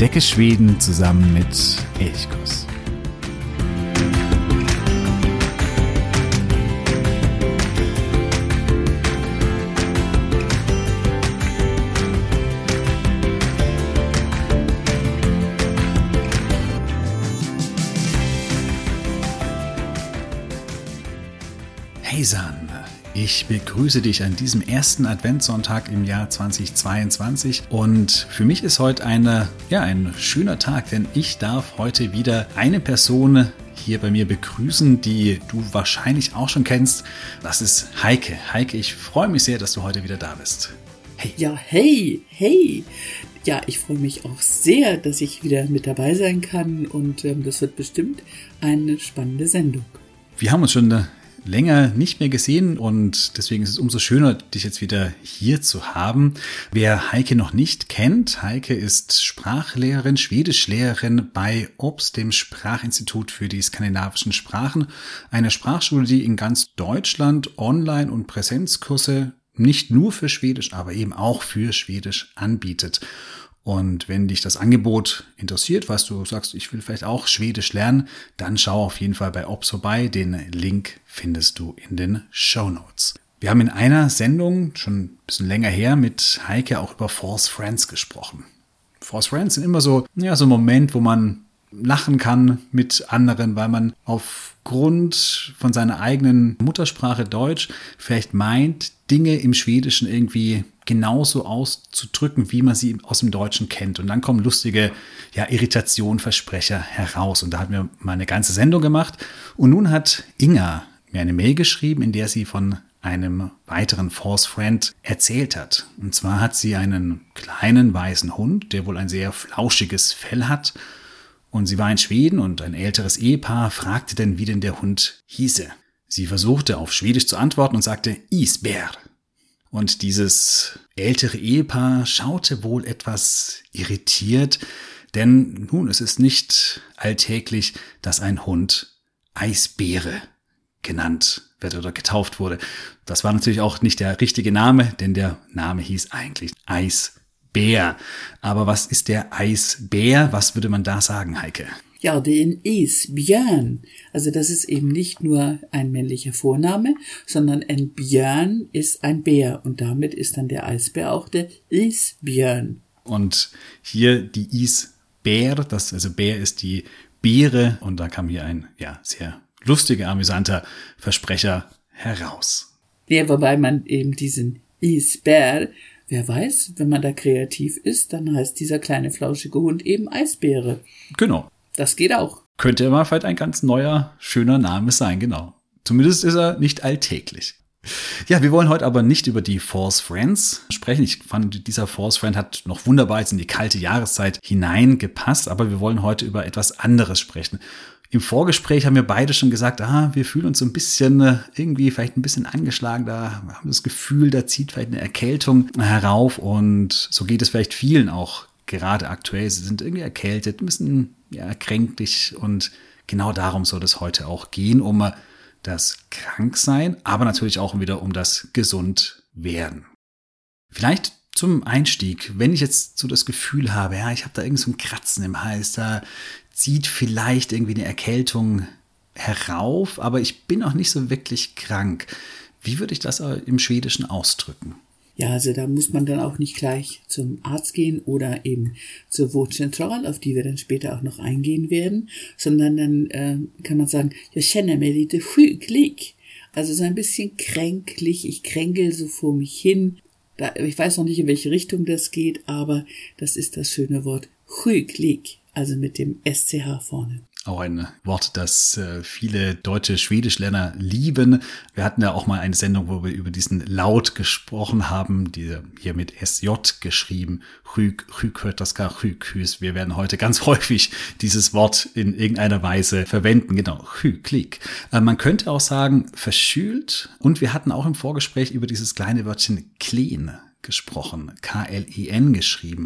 Entdecke Schweden zusammen mit Elchkuss. Hejsan! Ich begrüße dich an diesem ersten Adventssonntag im Jahr 2022 und für mich ist heute ein schöner Tag, denn ich darf heute wieder eine Person hier bei mir begrüßen, die du wahrscheinlich auch schon kennst. Das ist Heike. Heike, ich freue mich sehr, dass du heute wieder da bist. Hey. Ja, hey. Ja, ich freue mich auch sehr, dass ich wieder mit dabei sein kann und das wird bestimmt eine spannende Sendung. Wir haben uns schon länger nicht mehr gesehen und deswegen ist es umso schöner, dich jetzt wieder hier zu haben. Wer Heike noch nicht kennt, Heike ist Sprachlehrerin, Schwedischlehrerin bei OBS, dem Sprachinstitut für die skandinavischen Sprachen, eine Sprachschule, die in ganz Deutschland Online- und Präsenzkurse nicht nur für Schwedisch, aber eben auch für Schwedisch anbietet. Und wenn dich das Angebot interessiert, was du sagst, ich will vielleicht auch Schwedisch lernen, dann schau auf jeden Fall bei OBS vorbei. Den Link findest du in den Shownotes. Wir haben in einer Sendung, schon ein bisschen länger her, mit Heike auch über False Friends gesprochen. False Friends sind immer so ein Moment, wo man lachen kann mit anderen, weil man aufgrund von seiner eigenen Muttersprache Deutsch vielleicht meint, Dinge im Schwedischen irgendwie genauso auszudrücken, wie man sie aus dem Deutschen kennt. Und dann kommen lustige Irritationen, Versprecher heraus. Und da hatten wir mal eine ganze Sendung gemacht. Und nun hat Inga mir eine Mail geschrieben, in der sie von einem weiteren False Friend erzählt hat. Und zwar hat sie einen kleinen weißen Hund, der wohl ein sehr flauschiges Fell hat. Und sie war in Schweden und ein älteres Ehepaar fragte dann, wie denn der Hund hieße. Sie versuchte auf Schwedisch zu antworten und sagte Isbär. Und dieses ältere Ehepaar schaute wohl etwas irritiert, denn nun, es ist nicht alltäglich, dass ein Hund Eisbäre genannt wird oder getauft wurde. Das war natürlich auch nicht der richtige Name, denn der Name hieß eigentlich Eisbär. Aber was ist der Eisbär? Was würde man da sagen, Heike? Ja, den Isbjörn. Also das ist eben nicht nur ein männlicher Vorname, sondern ein Björn ist ein Bär. Und damit ist dann der Eisbär auch der Isbjörn. Und hier die Isbär, Bär ist die Beere. Und da kam hier ein sehr lustiger, amüsanter Versprecher heraus. Ja, wobei man eben diesen Isbär, wer weiß, wenn man da kreativ ist, dann heißt dieser kleine flauschige Hund eben Eisbäre. Genau. Das geht auch. Könnte mal vielleicht ein ganz neuer, schöner Name sein, genau. Zumindest ist er nicht alltäglich. Ja, wir wollen heute aber nicht über die False Friends sprechen. Ich fand, dieser False Friend hat noch wunderbar jetzt in die kalte Jahreszeit hineingepasst, aber wir wollen heute über etwas anderes sprechen. Im Vorgespräch haben wir beide schon gesagt, wir fühlen uns so ein bisschen irgendwie vielleicht ein bisschen angeschlagen, da haben wir das Gefühl, da zieht vielleicht eine Erkältung herauf und so geht es vielleicht vielen auch gerade aktuell. Sie sind irgendwie erkältet, ein bisschen kränklich und genau darum soll es heute auch gehen, um das Kranksein, aber natürlich auch wieder um das Gesundwerden. Vielleicht zum Einstieg, wenn ich jetzt so das Gefühl habe, ich habe da irgend so ein Kratzen im Hals, da zieht vielleicht irgendwie eine Erkältung herauf, aber ich bin auch nicht so wirklich krank. Wie würde ich das im Schwedischen ausdrücken? Ja, also da muss man dann auch nicht gleich zum Arzt gehen oder eben zur Vårdcentral, auf die wir dann später auch noch eingehen werden, sondern dann kann man sagen, jag känner mig lite sjuklig. Also so ein bisschen kränklich, ich kränkel so vor mich hin. Ich weiß noch nicht, in welche Richtung das geht, aber das ist das schöne Wort sjuklig, also mit dem SCH vorne. Auch ein Wort, das viele deutsche Schwedischlerner lieben. Wir hatten ja auch mal eine Sendung, wo wir über diesen Laut gesprochen haben, die hier mit SJ geschrieben. Rüg hört das gar Rüghüs. Wir werden heute ganz häufig dieses Wort in irgendeiner Weise verwenden. Genau, Rüglig. Man könnte auch sagen, verschült. Und wir hatten auch im Vorgespräch über dieses kleine Wörtchen Klen gesprochen, K-L-E-N geschrieben.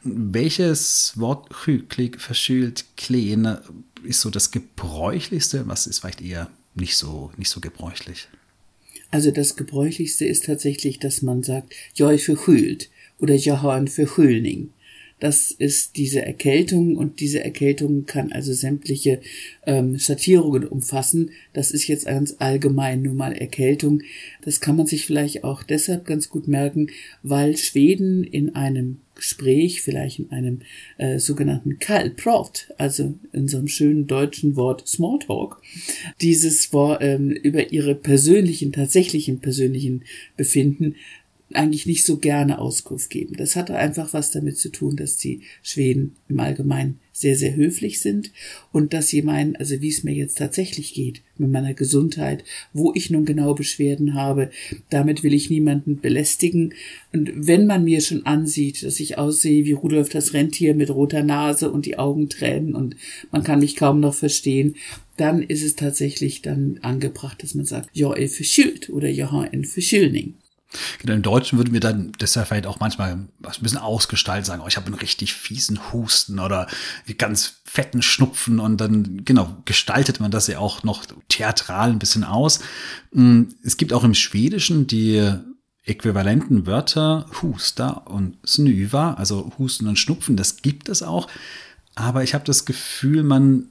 Welches Wort Rüglig, verschült, Klen ist so das gebräuchlichste? Was ist vielleicht eher nicht so gebräuchlich? Also das Gebräuchlichste ist tatsächlich, dass man sagt, jag är förkyld oder jag har en förkylning. das ist diese Erkältung und diese Erkältung kann also sämtliche Schattierungen umfassen. Das ist jetzt ganz allgemein nun mal Erkältung. Das kann man sich vielleicht auch deshalb ganz gut merken, weil Schweden in einem Gespräch, vielleicht in einem sogenannten Kallprat, also in so einem schönen deutschen Wort Smalltalk, dieses Wort über ihre tatsächlichen persönlichen Befinden eigentlich nicht so gerne Auskunft geben. Das hatte einfach was damit zu tun, dass die Schweden im Allgemeinen sehr, sehr höflich sind und dass sie meinen, also wie es mir jetzt tatsächlich geht mit meiner Gesundheit, wo ich nun genau Beschwerden habe, damit will ich niemanden belästigen. Und wenn man mir schon ansieht, dass ich aussehe wie Rudolf das Rentier mit roter Nase und die Augen tränen und man kann mich kaum noch verstehen, dann ist es tatsächlich dann angebracht, dass man sagt, ja, er verschüllt oder ja, en Verschülning. Genau, im Deutschen würden wir dann deshalb vielleicht auch manchmal ein bisschen ausgestaltet sagen, ich habe einen richtig fiesen Husten oder ganz fetten Schnupfen und dann, genau, gestaltet man das ja auch noch theatral ein bisschen aus. Es gibt auch im Schwedischen die äquivalenten Wörter Husta und Snuva, also Husten und Schnupfen, das gibt es auch. Aber ich habe das Gefühl, man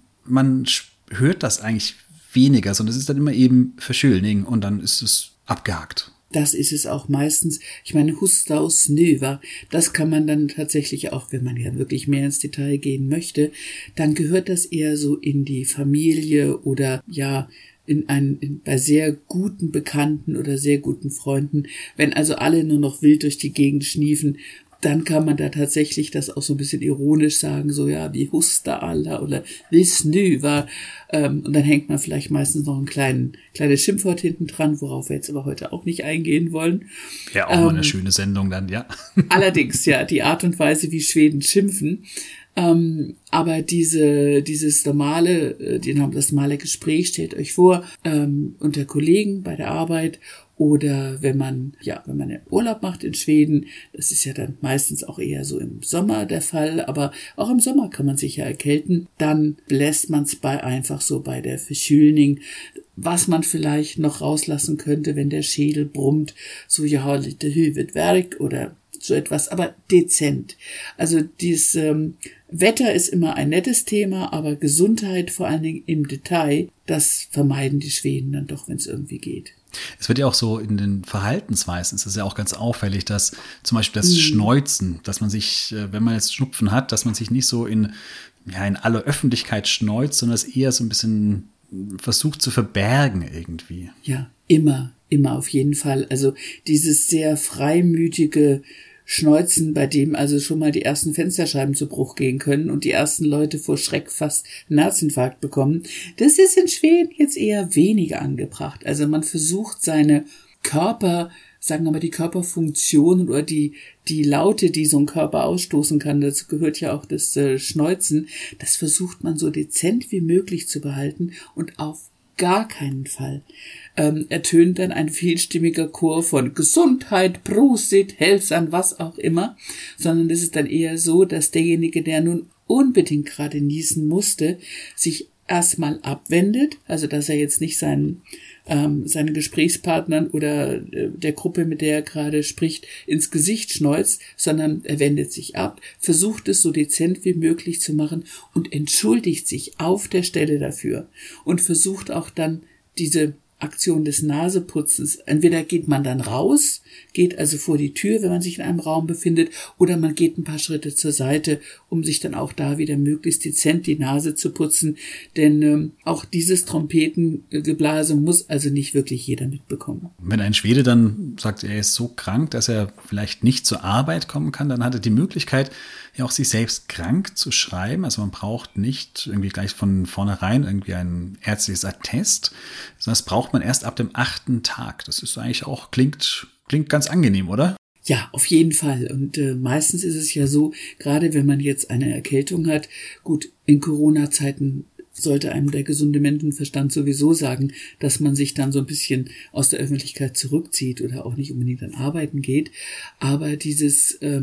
hört das eigentlich weniger, sondern es ist dann immer eben Verschülning und dann ist es abgehakt. Das ist es auch meistens. Ich meine, Husta und Snuva, das kann man dann tatsächlich auch, wenn man ja wirklich mehr ins Detail gehen möchte, dann gehört das eher so in die Familie oder ja, bei sehr guten Bekannten oder sehr guten Freunden. Wenn also alle nur noch wild durch die Gegend schniefen, dann kann man da tatsächlich das auch so ein bisschen ironisch sagen, so ja, wie Husta alla oder wie Snuva. Und dann hängt man vielleicht meistens noch ein kleines Schimpfwort hinten dran, worauf wir jetzt aber heute auch nicht eingehen wollen. Ja, auch mal eine schöne Sendung dann, ja. Allerdings, ja, die Art und Weise, wie Schweden schimpfen. Aber das normale Gespräch, stellt euch vor, unter Kollegen bei der Arbeit oder wenn man Urlaub macht in Schweden, das ist ja dann meistens auch eher so im Sommer der Fall, aber auch im Sommer kann man sich ja erkälten, dann lässt man es einfach so bei der Verschülning, was man vielleicht noch rauslassen könnte, wenn der Schädel brummt, so ja, der Hüvet Werk oder so etwas, aber dezent. Also dieses Wetter ist immer ein nettes Thema, aber Gesundheit vor allen Dingen im Detail, das vermeiden die Schweden dann doch, wenn es irgendwie geht. Es wird ja auch so in den Verhaltensweisen, es ist ja auch ganz auffällig, dass zum Beispiel das Schneuzen, dass man sich, wenn man jetzt Schnupfen hat, dass man sich nicht so in aller Öffentlichkeit schneuzt, sondern es eher so ein bisschen versucht zu verbergen irgendwie. Ja, immer auf jeden Fall. Also dieses sehr freimütige Schneuzen, bei dem also schon mal die ersten Fensterscheiben zu Bruch gehen können und die ersten Leute vor Schreck fast einen Herzinfarkt bekommen, das ist in Schweden jetzt eher weniger angebracht. Also man versucht seine die Körperfunktionen oder die Laute, die so ein Körper ausstoßen kann, dazu gehört ja auch das Schneuzen, das versucht man so dezent wie möglich zu behalten und auf gar keinen Fall ertönt dann ein vielstimmiger Chor von Gesundheit, Prosit, Hälsern, was auch immer, sondern es ist dann eher so, dass derjenige, der nun unbedingt gerade niesen musste, sich erstmal abwendet, also dass er jetzt nicht seinen Gesprächspartnern oder der Gruppe, mit der er gerade spricht, ins Gesicht schneuzt, sondern er wendet sich ab, versucht es so dezent wie möglich zu machen und entschuldigt sich auf der Stelle dafür und versucht auch dann diese Aktion des Naseputzens. Entweder geht man dann raus, geht also vor die Tür, wenn man sich in einem Raum befindet, oder man geht ein paar Schritte zur Seite, um sich dann auch da wieder möglichst dezent die Nase zu putzen. Denn auch dieses Trompetengeblase muss also nicht wirklich jeder mitbekommen. Wenn ein Schwede dann sagt, er ist so krank, dass er vielleicht nicht zur Arbeit kommen kann, dann hat er die Möglichkeit, ja auch sich selbst krank zu schreiben. Also man braucht nicht irgendwie gleich von vornherein irgendwie ein ärztliches Attest, sondern das braucht man erst ab dem 8. Tag. Das ist eigentlich auch, klingt ganz angenehm, oder? Ja, auf jeden Fall. Und meistens ist es ja so, gerade wenn man jetzt eine Erkältung hat, gut, in Corona-Zeiten sollte einem der gesunde Menschenverstand sowieso sagen, dass man sich dann so ein bisschen aus der Öffentlichkeit zurückzieht oder auch nicht unbedingt an Arbeiten geht. Aber dieses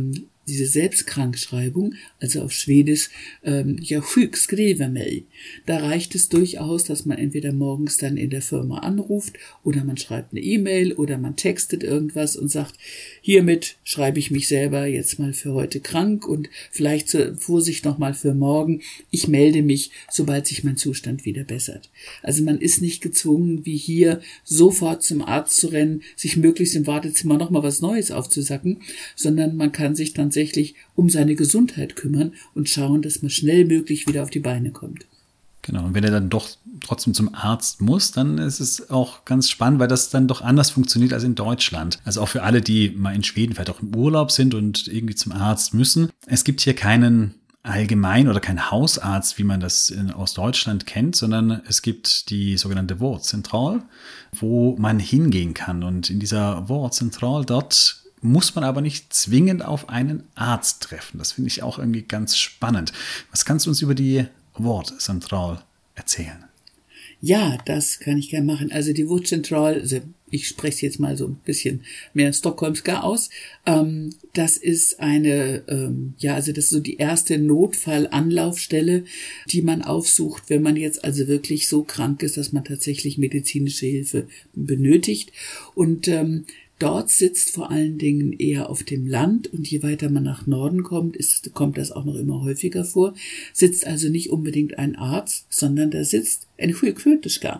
diese Selbstkrankschreibung, also auf Schwedisch, ja, sjukskriva mig. Da reicht es durchaus, dass man entweder morgens dann in der Firma anruft oder man schreibt eine E-Mail oder man textet irgendwas und sagt, hiermit schreibe ich mich selber jetzt mal für heute krank und vielleicht zur Vorsicht nochmal für morgen. Ich melde mich, sobald sich mein Zustand wieder bessert. Also man ist nicht gezwungen, wie hier, sofort zum Arzt zu rennen, sich möglichst im Wartezimmer nochmal was Neues aufzusacken, sondern man kann sich tatsächlich um seine Gesundheit kümmern und schauen, dass man schnell möglich wieder auf die Beine kommt. Genau, und wenn er dann doch trotzdem zum Arzt muss, dann ist es auch ganz spannend, weil das dann doch anders funktioniert als in Deutschland. Also auch für alle, die mal in Schweden vielleicht auch im Urlaub sind und irgendwie zum Arzt müssen. Es gibt hier keinen allgemein oder kein Hausarzt, wie man das aus Deutschland kennt, sondern es gibt die sogenannte Vårdcentral, wo man hingehen kann. Und in dieser Vårdcentral, dort muss man aber nicht zwingend auf einen Arzt treffen. Das finde ich auch irgendwie ganz spannend. Was kannst du uns über die Vårdcentral erzählen? Ja, das kann ich gerne machen. Also die Vårdcentral, also ich spreche es jetzt mal so ein bisschen mehr Stockholmska aus. Das ist also das ist so die erste Notfallanlaufstelle, die man aufsucht, wenn man jetzt also wirklich so krank ist, dass man tatsächlich medizinische Hilfe benötigt. Und dort sitzt vor allen Dingen eher auf dem Land und je weiter man nach Norden kommt, kommt das auch noch immer häufiger vor, sitzt also nicht unbedingt ein Arzt, sondern da sitzt ein sjuksköterska.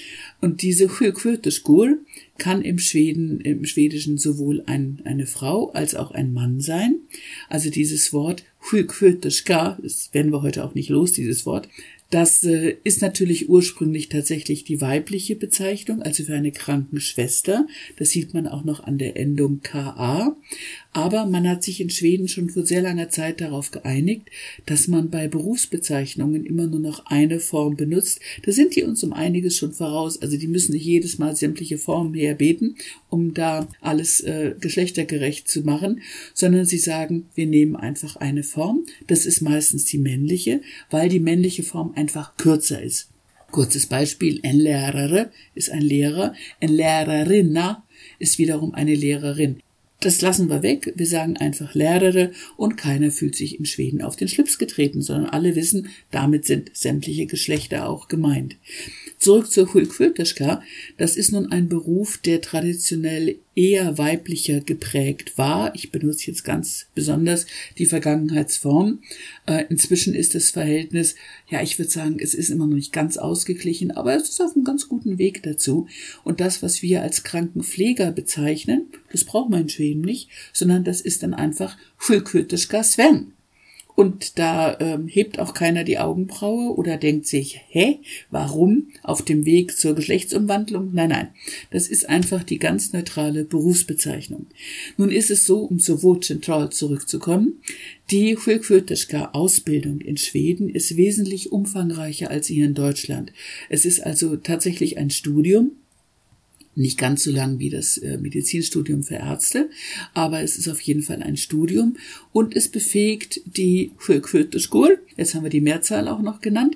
Und diese sjuksköterskor kann im Schwedischen sowohl eine Frau als auch ein Mann sein. Also dieses Wort sjuksköterska, das werden wir heute auch nicht los, dieses Wort, das ist natürlich ursprünglich tatsächlich die weibliche Bezeichnung, also für eine Krankenschwester. Das sieht man auch noch an der Endung KA. Aber man hat sich in Schweden schon vor sehr langer Zeit darauf geeinigt, dass man bei Berufsbezeichnungen immer nur noch eine Form benutzt. Da sind die uns um einiges schon voraus. Also die müssen nicht jedes Mal sämtliche Formen herbeten, um da alles geschlechtergerecht zu machen, sondern sie sagen, wir nehmen einfach eine Form. Das ist meistens die männliche, weil die männliche Form einfach kürzer ist. Kurzes Beispiel, en lärare ist ein Lehrer, en lärarinna ist wiederum eine Lehrerin. Das lassen wir weg, wir sagen einfach Lärare und keiner fühlt sich in Schweden auf den Schlips getreten, sondern alle wissen, damit sind sämtliche Geschlechter auch gemeint. Zurück zur sjuksköterska, das ist nun ein Beruf, der traditionell eher weiblicher geprägt war. Ich benutze jetzt ganz besonders die Vergangenheitsform. Inzwischen ist das Verhältnis, ja, ich würde sagen, es ist immer noch nicht ganz ausgeglichen, aber es ist auf einem ganz guten Weg dazu. Und das, was wir als Krankenpfleger bezeichnen, das braucht man in Schweden nicht, sondern das ist dann einfach sjuksköterska Sven. Und da hebt auch keiner die Augenbraue oder denkt sich, warum auf dem Weg zur Geschlechtsumwandlung? Nein, das ist einfach die ganz neutrale Berufsbezeichnung. Nun ist es so, um zur Vårdcentral zurückzukommen, die sjuksköterska-Ausbildung in Schweden ist wesentlich umfangreicher als hier in Deutschland. Es ist also tatsächlich ein Studium, nicht ganz so lang wie das Medizinstudium für Ärzte, aber es ist auf jeden Fall ein Studium und es befähigt die sjuksköterskor, jetzt haben wir die Mehrzahl auch noch genannt,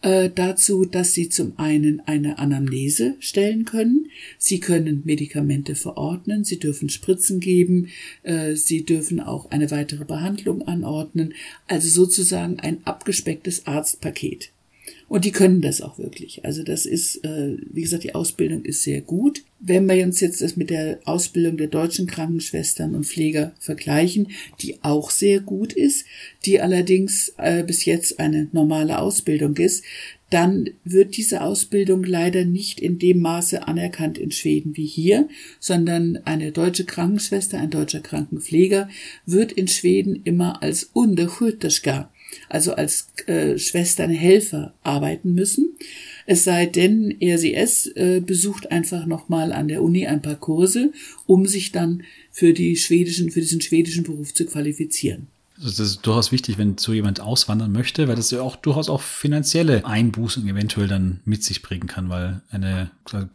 dazu, dass sie zum einen eine Anamnese stellen können, sie können Medikamente verordnen, sie dürfen Spritzen geben, sie dürfen auch eine weitere Behandlung anordnen, also sozusagen ein abgespecktes Arztpaket. Und die können das auch wirklich. Also das ist, wie gesagt, die Ausbildung ist sehr gut. Wenn wir uns jetzt das mit der Ausbildung der deutschen Krankenschwestern und Pfleger vergleichen, die auch sehr gut ist, die allerdings bis jetzt eine normale Ausbildung ist, dann wird diese Ausbildung leider nicht in dem Maße anerkannt in Schweden wie hier, sondern eine deutsche Krankenschwester, ein deutscher Krankenpfleger wird in Schweden immer als undersköterska, also als Schwesternhelfer arbeiten müssen. Es sei denn, RCS besucht einfach nochmal an der Uni ein paar Kurse, um sich dann für diesen schwedischen Beruf zu qualifizieren. Also das ist durchaus wichtig, wenn so jemand auswandern möchte, weil das ja auch durchaus auch finanzielle Einbußen eventuell dann mit sich bringen kann, weil eine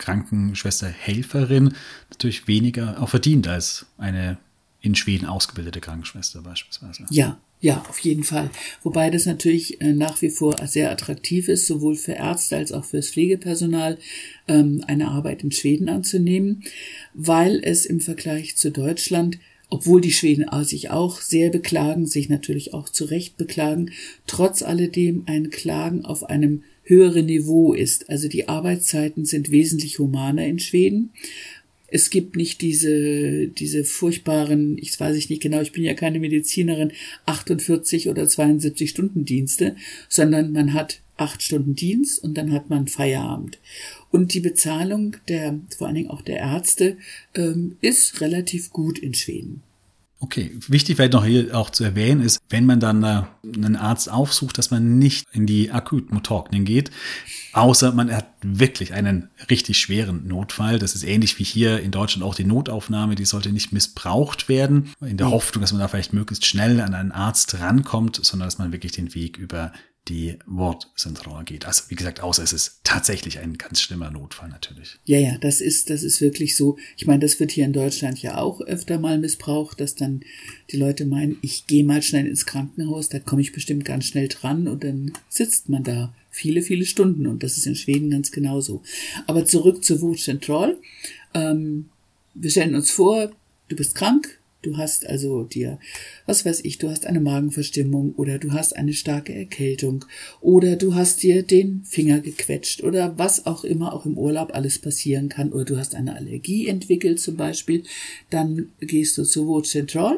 Krankenschwester-Helferin natürlich weniger auch verdient als eine in Schweden ausgebildete Krankenschwester beispielsweise. Ja, auf jeden Fall. Wobei das natürlich nach wie vor sehr attraktiv ist, sowohl für Ärzte als auch fürs Pflegepersonal, eine Arbeit in Schweden anzunehmen, weil es im Vergleich zu Deutschland obwohl die Schweden sich auch sehr beklagen, sich natürlich auch zu Recht beklagen, trotz alledem ein Klagen auf einem höheren Niveau ist. Also die Arbeitszeiten sind wesentlich humaner in Schweden. Es gibt nicht diese furchtbaren, ich weiß nicht genau, ich bin ja keine Medizinerin, 48 oder 72 Stunden Dienste, sondern man hat 8 Stunden Dienst und dann hat man Feierabend. Und die Bezahlung vor allen Dingen auch der Ärzte, ist relativ gut in Schweden. Okay, wichtig vielleicht noch hier auch zu erwähnen ist, wenn man dann einen Arzt aufsucht, dass man nicht in die Akutmottagning geht, außer man hat wirklich einen richtig schweren Notfall. Das ist ähnlich wie hier in Deutschland auch die Notaufnahme, die sollte nicht missbraucht werden, in der Hoffnung, dass man da vielleicht möglichst schnell an einen Arzt rankommt, sondern dass man wirklich den Weg über die Vårdcentral geht. Also wie gesagt, außer es ist tatsächlich ein ganz schlimmer Notfall natürlich. Ja, das ist wirklich so. Ich meine, das wird hier in Deutschland ja auch öfter mal missbraucht, dass dann die Leute meinen, ich gehe mal schnell ins Krankenhaus, da komme ich bestimmt ganz schnell dran und dann sitzt man da viele, viele Stunden und das ist in Schweden ganz genauso. Aber zurück zur Vårdcentral. Wir stellen uns vor, du bist krank. Du hast also du hast eine Magenverstimmung oder du hast eine starke Erkältung oder du hast dir den Finger gequetscht oder was auch immer auch im Urlaub alles passieren kann oder du hast eine Allergie entwickelt zum Beispiel. Dann gehst du zur Vårdcentral,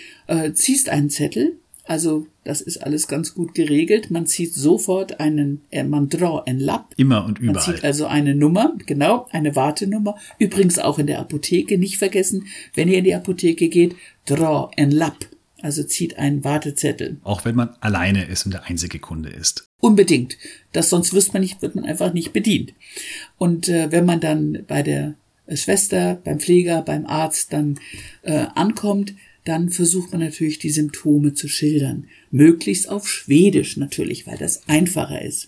ziehst einen Zettel. Also das ist alles ganz gut geregelt. Man zieht sofort man drar en lapp. Immer und überall. Man zieht also eine Nummer, genau, eine Wartenummer. Übrigens auch in der Apotheke, nicht vergessen, wenn ihr in die Apotheke geht, drar en lapp. Also zieht einen Wartezettel. Auch wenn man alleine ist und der einzige Kunde ist. Unbedingt. Sonst wird man einfach nicht bedient. Und wenn man dann bei der Schwester, beim Pfleger, beim Arzt dann ankommt, dann versucht man natürlich, die Symptome zu schildern. Möglichst auf Schwedisch natürlich, weil das einfacher ist.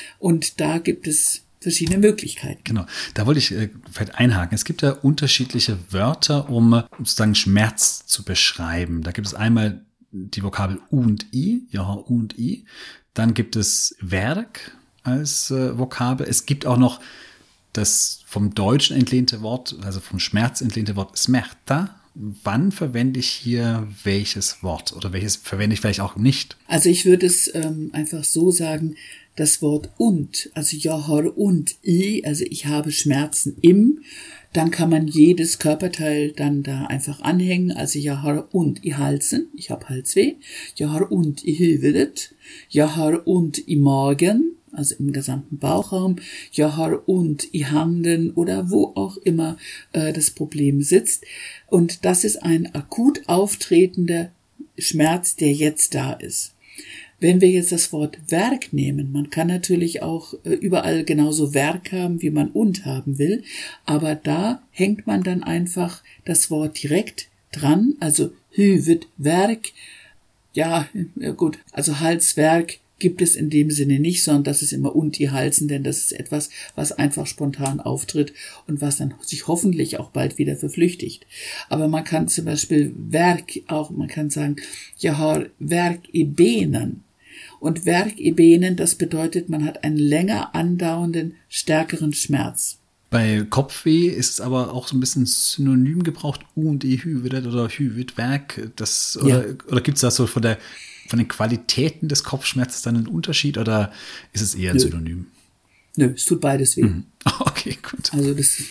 Und da gibt es verschiedene Möglichkeiten. Genau, da wollte ich vielleicht einhaken. Es gibt ja unterschiedliche Wörter, um sozusagen Schmerz zu beschreiben. Da gibt es einmal die Vokabel U und I, ja, U und I. Dann gibt es Werk als Vokabel. Es gibt auch noch das vom Deutschen entlehnte Wort, also vom Schmerz entlehnte Wort Smärta. Wann verwende ich hier welches Wort oder welches verwende ich vielleicht auch nicht? Also ich würde es einfach so sagen, das Wort und, also jag har ont i, also ich habe Schmerzen im, dann kann man jedes Körperteil dann da einfach anhängen, also jag har ont i halsen, ich habe Halsweh, jag har ont i huvudet, jag har ont i magen, also im gesamten Bauchraum, jag har ont i handen oder wo auch immer das Problem sitzt. Und das ist ein akut auftretender Schmerz, der jetzt da ist. Wenn wir jetzt das Wort Werk nehmen, man kann natürlich auch überall genauso Werk haben, wie man und haben will, aber da hängt man dann einfach das Wort direkt dran, also huvudvärk, ja gut, also Halswerk gibt es in dem Sinne nicht, sondern das ist immer und die Halsen, denn das ist etwas, was einfach spontan auftritt und was dann sich hoffentlich auch bald wieder verflüchtigt. Aber man kann zum Beispiel Werk auch, man kann sagen, jag har värk i benen. Und Värk i benen, das bedeutet, man hat einen länger andauernden, stärkeren Schmerz. Bei Kopfweh ist es aber auch so ein bisschen synonym gebraucht, U und I, Huvud oder Huvudvärk. Oder gibt es da so von den Qualitäten des Kopfschmerzes dann einen Unterschied oder ist es eher ein Synonym? Nö, es tut beides weh. Mhm. Okay, gut. Also das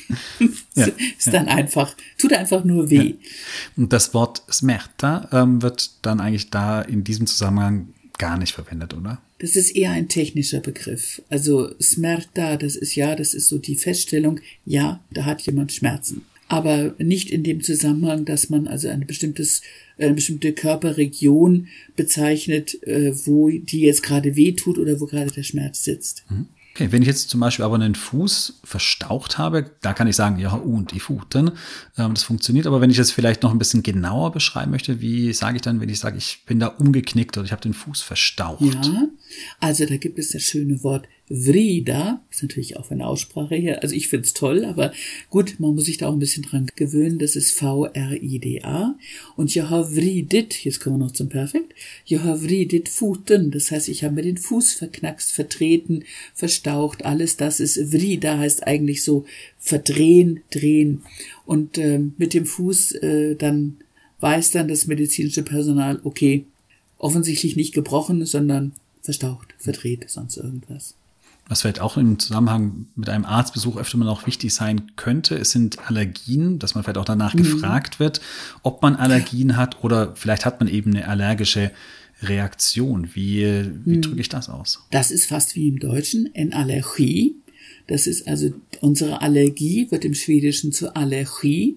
ist dann einfach, tut einfach nur weh. Ja. Und das Wort Smärta wird dann eigentlich da in diesem Zusammenhang gar nicht verwendet, oder? Das ist eher ein technischer Begriff. Also Smärta, das ist so die Feststellung, ja, da hat jemand Schmerzen. Aber nicht in dem Zusammenhang, dass man also eine bestimmte Körperregion bezeichnet, wo die jetzt gerade wehtut oder wo gerade der Schmerz sitzt. Okay, wenn ich jetzt zum Beispiel aber einen Fuß verstaucht habe, da kann ich sagen, ja, und die Pfoten, das funktioniert. Aber wenn ich das vielleicht noch ein bisschen genauer beschreiben möchte, wie sage ich dann, wenn ich sage, ich bin da umgeknickt oder ich habe den Fuß verstaucht? Ja, also da gibt es das schöne Wort vrida, ist natürlich auch eine Aussprache hier, also ich find's toll, aber gut, man muss sich da auch ein bisschen dran gewöhnen, das ist V-R-I-D-A und jag har vridit, jetzt kommen wir noch zum Perfekt, jag har vridit foten, das heißt, ich habe mir den Fuß verknackst, vertreten, verstaucht, alles das ist vrida, heißt eigentlich so verdrehen, drehen und mit dem Fuß dann weiß dann das medizinische Personal, okay, offensichtlich nicht gebrochen, sondern verstaucht, verdreht, sonst irgendwas. Was vielleicht auch im Zusammenhang mit einem Arztbesuch öfter mal auch wichtig sein könnte, es sind Allergien, dass man vielleicht auch danach gefragt wird, ob man Allergien hat oder vielleicht hat man eben eine allergische Reaktion. Wie drücke ich das aus? Das ist fast wie im Deutschen, eine Allergie. Das ist also unsere Allergie, wird im Schwedischen zu Allergie.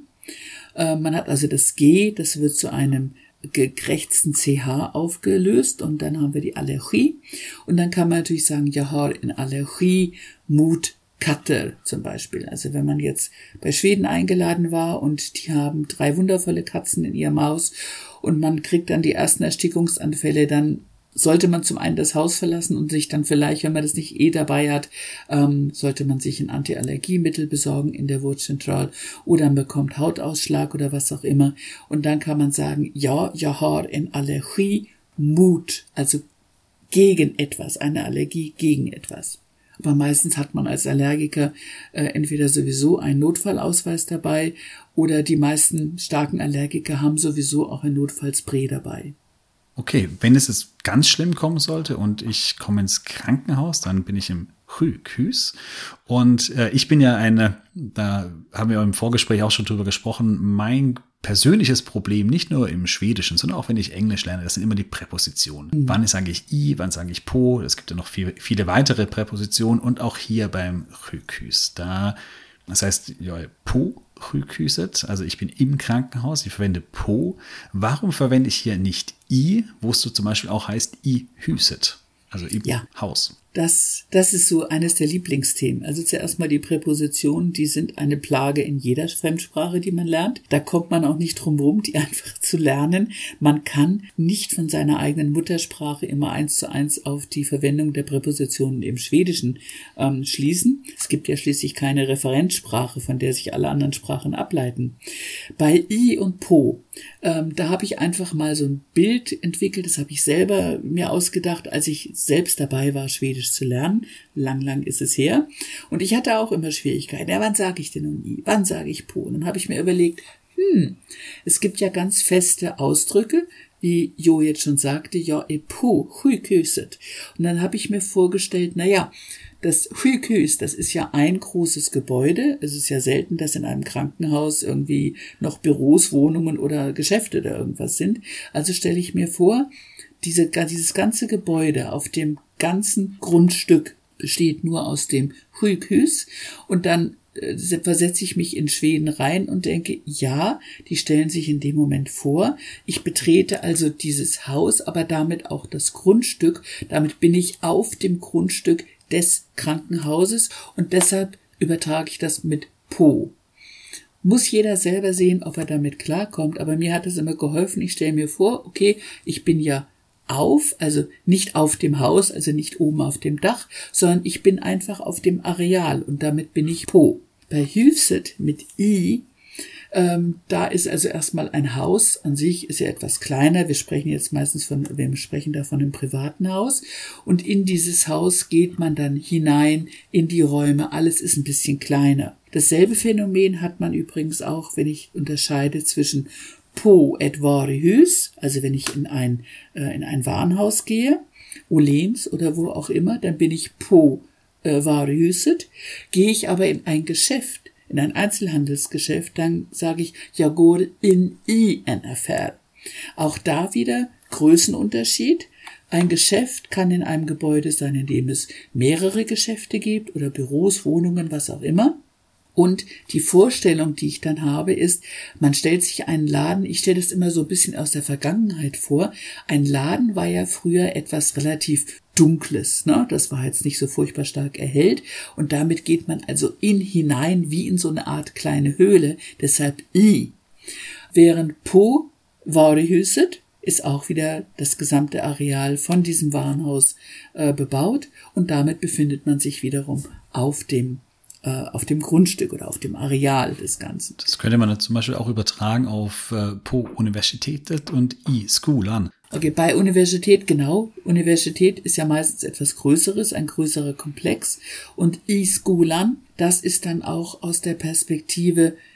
Man hat also das G, das wird zu einem gekrächzten CH aufgelöst und dann haben wir die Allergie. Und dann kann man natürlich sagen, jag har en allergi mot katter zum Beispiel. Also wenn man jetzt bei Schweden eingeladen war und die haben 3 wundervolle Katzen in ihrem Haus und man kriegt dann die ersten Erstickungsanfälle, dann sollte man zum einen das Haus verlassen und sich dann vielleicht, wenn man das nicht dabei hat, sollte man sich ein Antiallergiemittel besorgen in der Vårdcentral oder man bekommt Hautausschlag oder was auch immer. Und dann kann man sagen, ja, jag har en allergi mot, also gegen etwas, eine Allergie gegen etwas. Aber meistens hat man als Allergiker entweder sowieso einen Notfallausweis dabei oder die meisten starken Allergiker haben sowieso auch ein Notfallspray dabei. Okay, wenn es jetzt ganz schlimm kommen sollte und ich komme ins Krankenhaus, dann bin ich im Sjukhus. Und ich bin ja da haben wir im Vorgespräch auch schon drüber gesprochen, mein persönliches Problem, nicht nur im Schwedischen, sondern auch wenn ich Englisch lerne, das sind immer die Präpositionen. Wann sage ich i, wann sage ich po, es gibt ja noch viele weitere Präpositionen und auch hier beim Sjukhus. Das heißt, ja, po sjukhuset, also ich bin im Krankenhaus, ich verwende po. Warum verwende ich hier nicht i, wo es so zum Beispiel auch heißt i huset, also im Haus? Das ist so eines der Lieblingsthemen. Also zuerst mal die Präpositionen, die sind eine Plage in jeder Fremdsprache, die man lernt. Da kommt man auch nicht drum rum, die einfach zu lernen. Man kann nicht von seiner eigenen Muttersprache immer 1:1 auf die Verwendung der Präpositionen im Schwedischen schließen. Es gibt ja schließlich keine Referenzsprache, von der sich alle anderen Sprachen ableiten. Bei i und po, da habe ich einfach mal so ein Bild entwickelt, das habe ich selber mir ausgedacht, als ich selbst dabei war, Schwedisch zu lernen. Lang ist es her. Und ich hatte auch immer Schwierigkeiten. Ja, wann sage ich denn nun i? Wann sage ich po? Und dann habe ich mir überlegt, es gibt ja ganz feste Ausdrücke, wie Jo jetzt schon sagte, ja, po, sjukhuset. Und dann habe ich mir vorgestellt, das Sjukhus, das ist ja ein großes Gebäude. Es ist ja selten, dass in einem Krankenhaus irgendwie noch Büros, Wohnungen oder Geschäfte oder irgendwas sind. Also stelle ich mir vor, dieses ganze Gebäude auf dem ganzen Grundstück besteht nur aus dem Sjukhus und dann versetze ich mich in Schweden rein und denke, ja, die stellen sich in dem Moment vor, ich betrete also dieses Haus, aber damit auch das Grundstück, damit bin ich auf dem Grundstück des Krankenhauses und deshalb übertrage ich das mit po. Muss jeder selber sehen, ob er damit klarkommt, aber mir hat es immer geholfen, ich stelle mir vor, okay, ich bin ja also nicht auf dem Haus, also nicht oben auf dem Dach, sondern ich bin einfach auf dem Areal und damit bin ich po. Bei huset mit i, da ist also erstmal ein Haus an sich, ist ja etwas kleiner, wir sprechen da von einem privaten Haus und in dieses Haus geht man dann hinein in die Räume, alles ist ein bisschen kleiner. Dasselbe Phänomen hat man übrigens auch, wenn ich unterscheide zwischen på ett varuhus, also wenn ich in ein Warenhaus gehe, Åhléns oder wo auch immer, dann bin ich på varuhuset. Gehe ich aber in ein Geschäft, in ein Einzelhandelsgeschäft, dann sage ich, jag går in i en affär. Auch da wieder Größenunterschied. Ein Geschäft kann in einem Gebäude sein, in dem es mehrere Geschäfte gibt oder Büros, Wohnungen, was auch immer. Und die Vorstellung, die ich dann habe, ist, man stellt sich einen Laden, ich stelle das immer so ein bisschen aus der Vergangenheit vor, ein Laden war ja früher etwas relativ Dunkles, ne? Das war jetzt nicht so furchtbar stark erhellt und damit geht man also hinein wie in so eine Art kleine Höhle, deshalb i. Während po varuhuset ist auch wieder das gesamte Areal von diesem Warenhaus bebaut und damit befindet man sich wiederum auf dem Grundstück oder auf dem Areal des Ganzen. Das könnte man dann zum Beispiel auch übertragen auf på universitetet und i skolan. Okay, bei Universität, genau. Universität ist ja meistens etwas Größeres, ein größerer Komplex. Und i skolan, das ist dann auch aus der Perspektive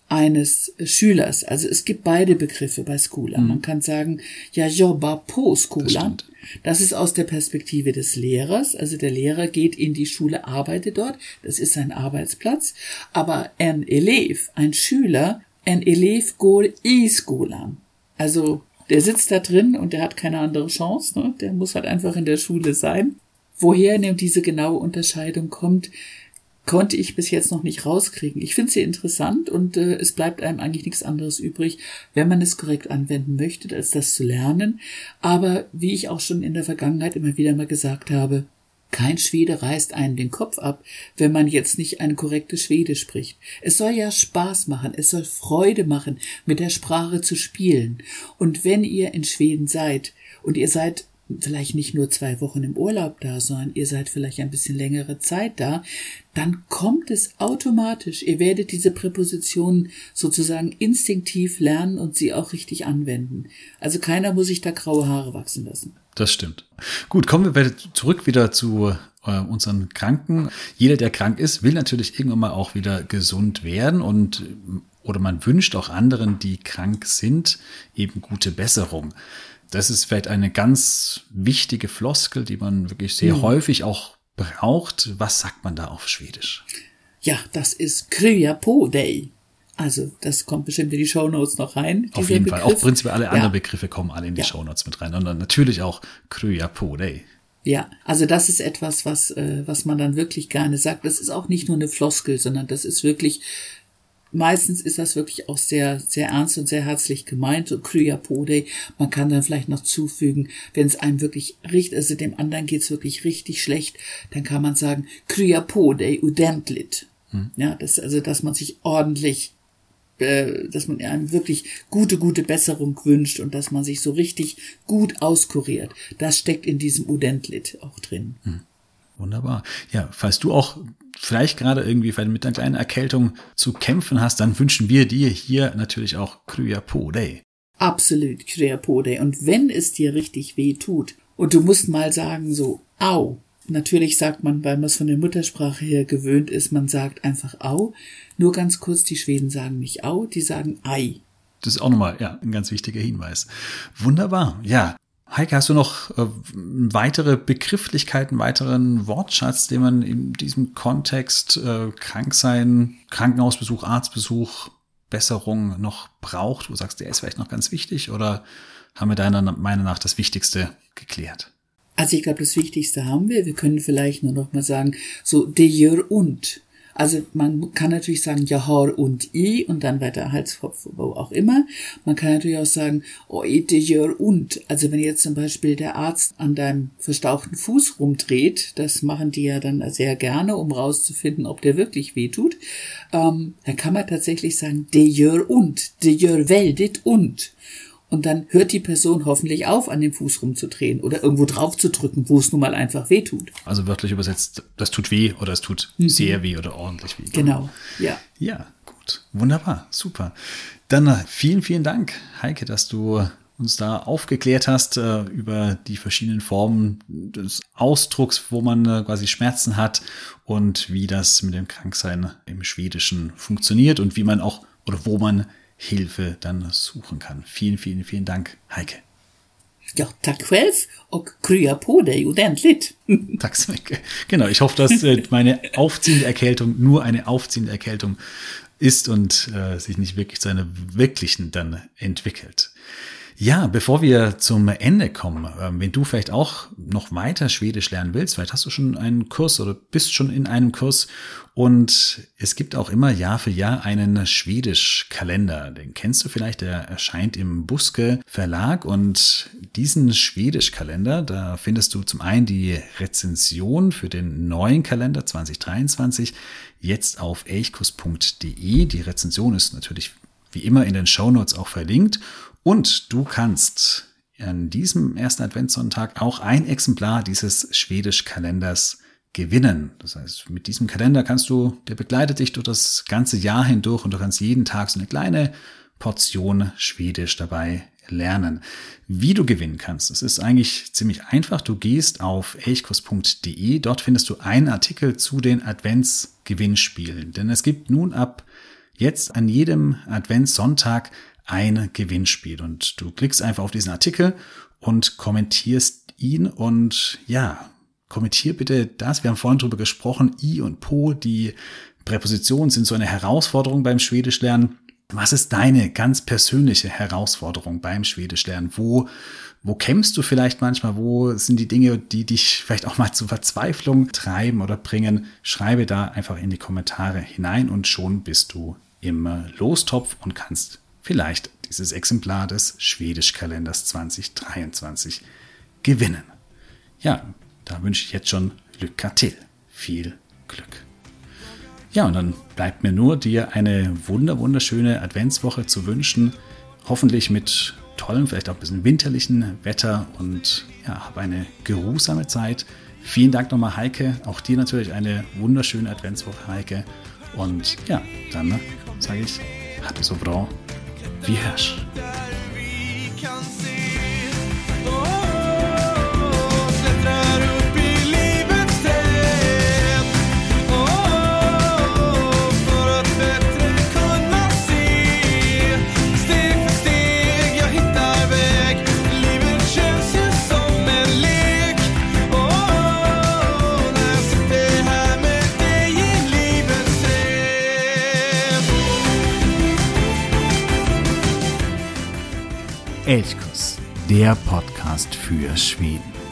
eines Schülers. Also es gibt beide Begriffe bei Skola. Man kann sagen, jag jobbar på skolan. Das ist aus der Perspektive des Lehrers. Also der Lehrer geht in die Schule, arbeitet dort. Das ist sein Arbeitsplatz. Aber ein Elev, ein Schüler, ein Elev går i skolan. Also der sitzt da drin und der hat keine andere Chance. Ne? Der muss halt einfach in der Schule sein. Woher diese genaue Unterscheidung kommt, konnte ich bis jetzt noch nicht rauskriegen. Ich finde sie interessant und es bleibt einem eigentlich nichts anderes übrig, wenn man es korrekt anwenden möchte, als das zu lernen. Aber wie ich auch schon in der Vergangenheit immer wieder mal gesagt habe, kein Schwede reißt einen den Kopf ab, wenn man jetzt nicht ein korrektes Schwedisch spricht. Es soll ja Spaß machen, es soll Freude machen, mit der Sprache zu spielen. Und wenn ihr in Schweden seid und ihr seid vielleicht nicht nur 2 Wochen im Urlaub da, sondern ihr seid vielleicht ein bisschen längere Zeit da, dann kommt es automatisch. Ihr werdet diese Präpositionen sozusagen instinktiv lernen und sie auch richtig anwenden. Also keiner muss sich da graue Haare wachsen lassen. Das stimmt. Gut, kommen wir zurück wieder zu unseren Kranken. Jeder, der krank ist, will natürlich irgendwann mal auch wieder gesund werden oder man wünscht auch anderen, die krank sind, eben gute Besserung. Das ist vielleicht eine ganz wichtige Floskel, die man wirklich sehr häufig auch braucht. Was sagt man da auf Schwedisch? Ja, das ist krya på dig. Also das kommt bestimmt in die Shownotes noch rein. Auf jeden Fall. Auch prinzipiell alle anderen Begriffe kommen alle in die Shownotes mit rein. Und dann natürlich auch krya på dig. Ja, also das ist etwas, was man dann wirklich gerne sagt. Das ist auch nicht nur eine Floskel, sondern das ist wirklich... Meistens ist das wirklich auch sehr, sehr ernst und sehr herzlich gemeint, so krya på dig. Man kann dann vielleicht noch zufügen, wenn es einem wirklich also dem anderen geht's wirklich richtig schlecht, dann kann man sagen, krya på dig ordentligt. Ja, dass man sich ordentlich, dass man einem wirklich gute Besserung wünscht und dass man sich so richtig gut auskuriert. Das steckt in diesem ordentligt auch drin. Wunderbar. Ja, falls du auch vielleicht gerade irgendwie mit einer kleinen Erkältung zu kämpfen hast, dann wünschen wir dir hier natürlich auch krya på dig. Absolut, krya på dig. Und wenn es dir richtig weh tut und du musst mal sagen so, au. Natürlich sagt man, weil man es von der Muttersprache her gewöhnt ist, man sagt einfach au. Nur ganz kurz, die Schweden sagen nicht au, die sagen ei. Das ist auch nochmal ein ganz wichtiger Hinweis. Wunderbar, ja. Heike, hast du noch weitere Begrifflichkeiten, weiteren Wortschatz, den man in diesem Kontext Kranksein, Krankenhausbesuch, Arztbesuch, Besserung noch braucht? Wo du sagst, der ist vielleicht noch ganz wichtig oder haben wir deiner Meinung nach das Wichtigste geklärt? Also ich glaube, das Wichtigste haben wir. Wir können vielleicht nur noch mal sagen, so det gör ont. Also man kann natürlich sagen, jag har ont i und dann weiter Halskopf, wo auch immer. Man kann natürlich auch sagen, oh, det gör ont. Also wenn jetzt zum Beispiel der Arzt an deinem verstauchten Fuß rumdreht, das machen die ja dann sehr gerne, um rauszufinden, ob der wirklich weh tut, dann kann man tatsächlich sagen, det gör ont, det gör väldigt ont. Und dann hört die Person hoffentlich auf, an dem Fuß rumzudrehen oder irgendwo drauf zu drücken, wo es nun mal einfach weh tut. Also wörtlich übersetzt, das tut weh oder es tut sehr weh oder ordentlich weh. Genau, ja. Ja, gut. Wunderbar, super. Dann vielen, vielen Dank, Heike, dass du uns da aufgeklärt hast über die verschiedenen Formen des Ausdrucks, wo man quasi Schmerzen hat und wie das mit dem Kranksein im Schwedischen funktioniert und wie man auch oder wo man Hilfe dann suchen kann. Vielen, vielen, vielen Dank, Heike. Ja, tack själv och krya på dig ordentligt. Tack så mycket. Genau, ich hoffe, dass meine aufziehende Erkältung nur eine aufziehende Erkältung ist und sich nicht wirklich zu einer wirklichen dann entwickelt. Ja, bevor wir zum Ende kommen, wenn du vielleicht auch noch weiter Schwedisch lernen willst, vielleicht hast du schon einen Kurs oder bist schon in einem Kurs und es gibt auch immer Jahr für Jahr einen Schwedisch-Kalender. Den kennst du vielleicht, der erscheint im Buske Verlag und diesen Schwedisch-Kalender, da findest du zum einen die Rezension für den neuen Kalender 2023 jetzt auf elchkuss.de. Die Rezension ist natürlich wie immer in den Shownotes auch verlinkt. Und du kannst an diesem ersten Adventssonntag auch ein Exemplar dieses Schwedisch-Kalenders gewinnen. Das heißt, mit diesem Kalender der begleitet dich durch das ganze Jahr hindurch und du kannst jeden Tag so eine kleine Portion Schwedisch dabei lernen. Wie du gewinnen kannst, das ist eigentlich ziemlich einfach. Du gehst auf elchkuss.de, dort findest du einen Artikel zu den Adventsgewinnspielen. Denn es gibt nun ab jetzt an jedem Adventssonntag ein Gewinnspiel und du klickst einfach auf diesen Artikel und kommentierst ihn und ja, kommentier bitte das. Wir haben vorhin drüber gesprochen, I und Po, die Präpositionen sind so eine Herausforderung beim Schwedischlernen. Was ist deine ganz persönliche Herausforderung beim Schwedischlernen? Wo kämpfst du vielleicht manchmal? Wo sind die Dinge, die dich vielleicht auch mal zur Verzweiflung treiben oder bringen? Schreibe da einfach in die Kommentare hinein und schon bist du im Lostopf und kannst vielleicht dieses Exemplar des Schwedischkalenders 2023 gewinnen. Ja, da wünsche ich jetzt schon Lycka till. Viel Glück. Ja, und dann bleibt mir nur, dir eine wunderschöne Adventswoche zu wünschen. Hoffentlich mit tollem, vielleicht auch ein bisschen winterlichen Wetter und ja, hab eine geruhsame Zeit. Vielen Dank nochmal, Heike. Auch dir natürlich eine wunderschöne Adventswoche, Heike. Und ja, dann sage ich, ha det så bra. Vi hörs. Älvkurs, der Podcast für Schweden.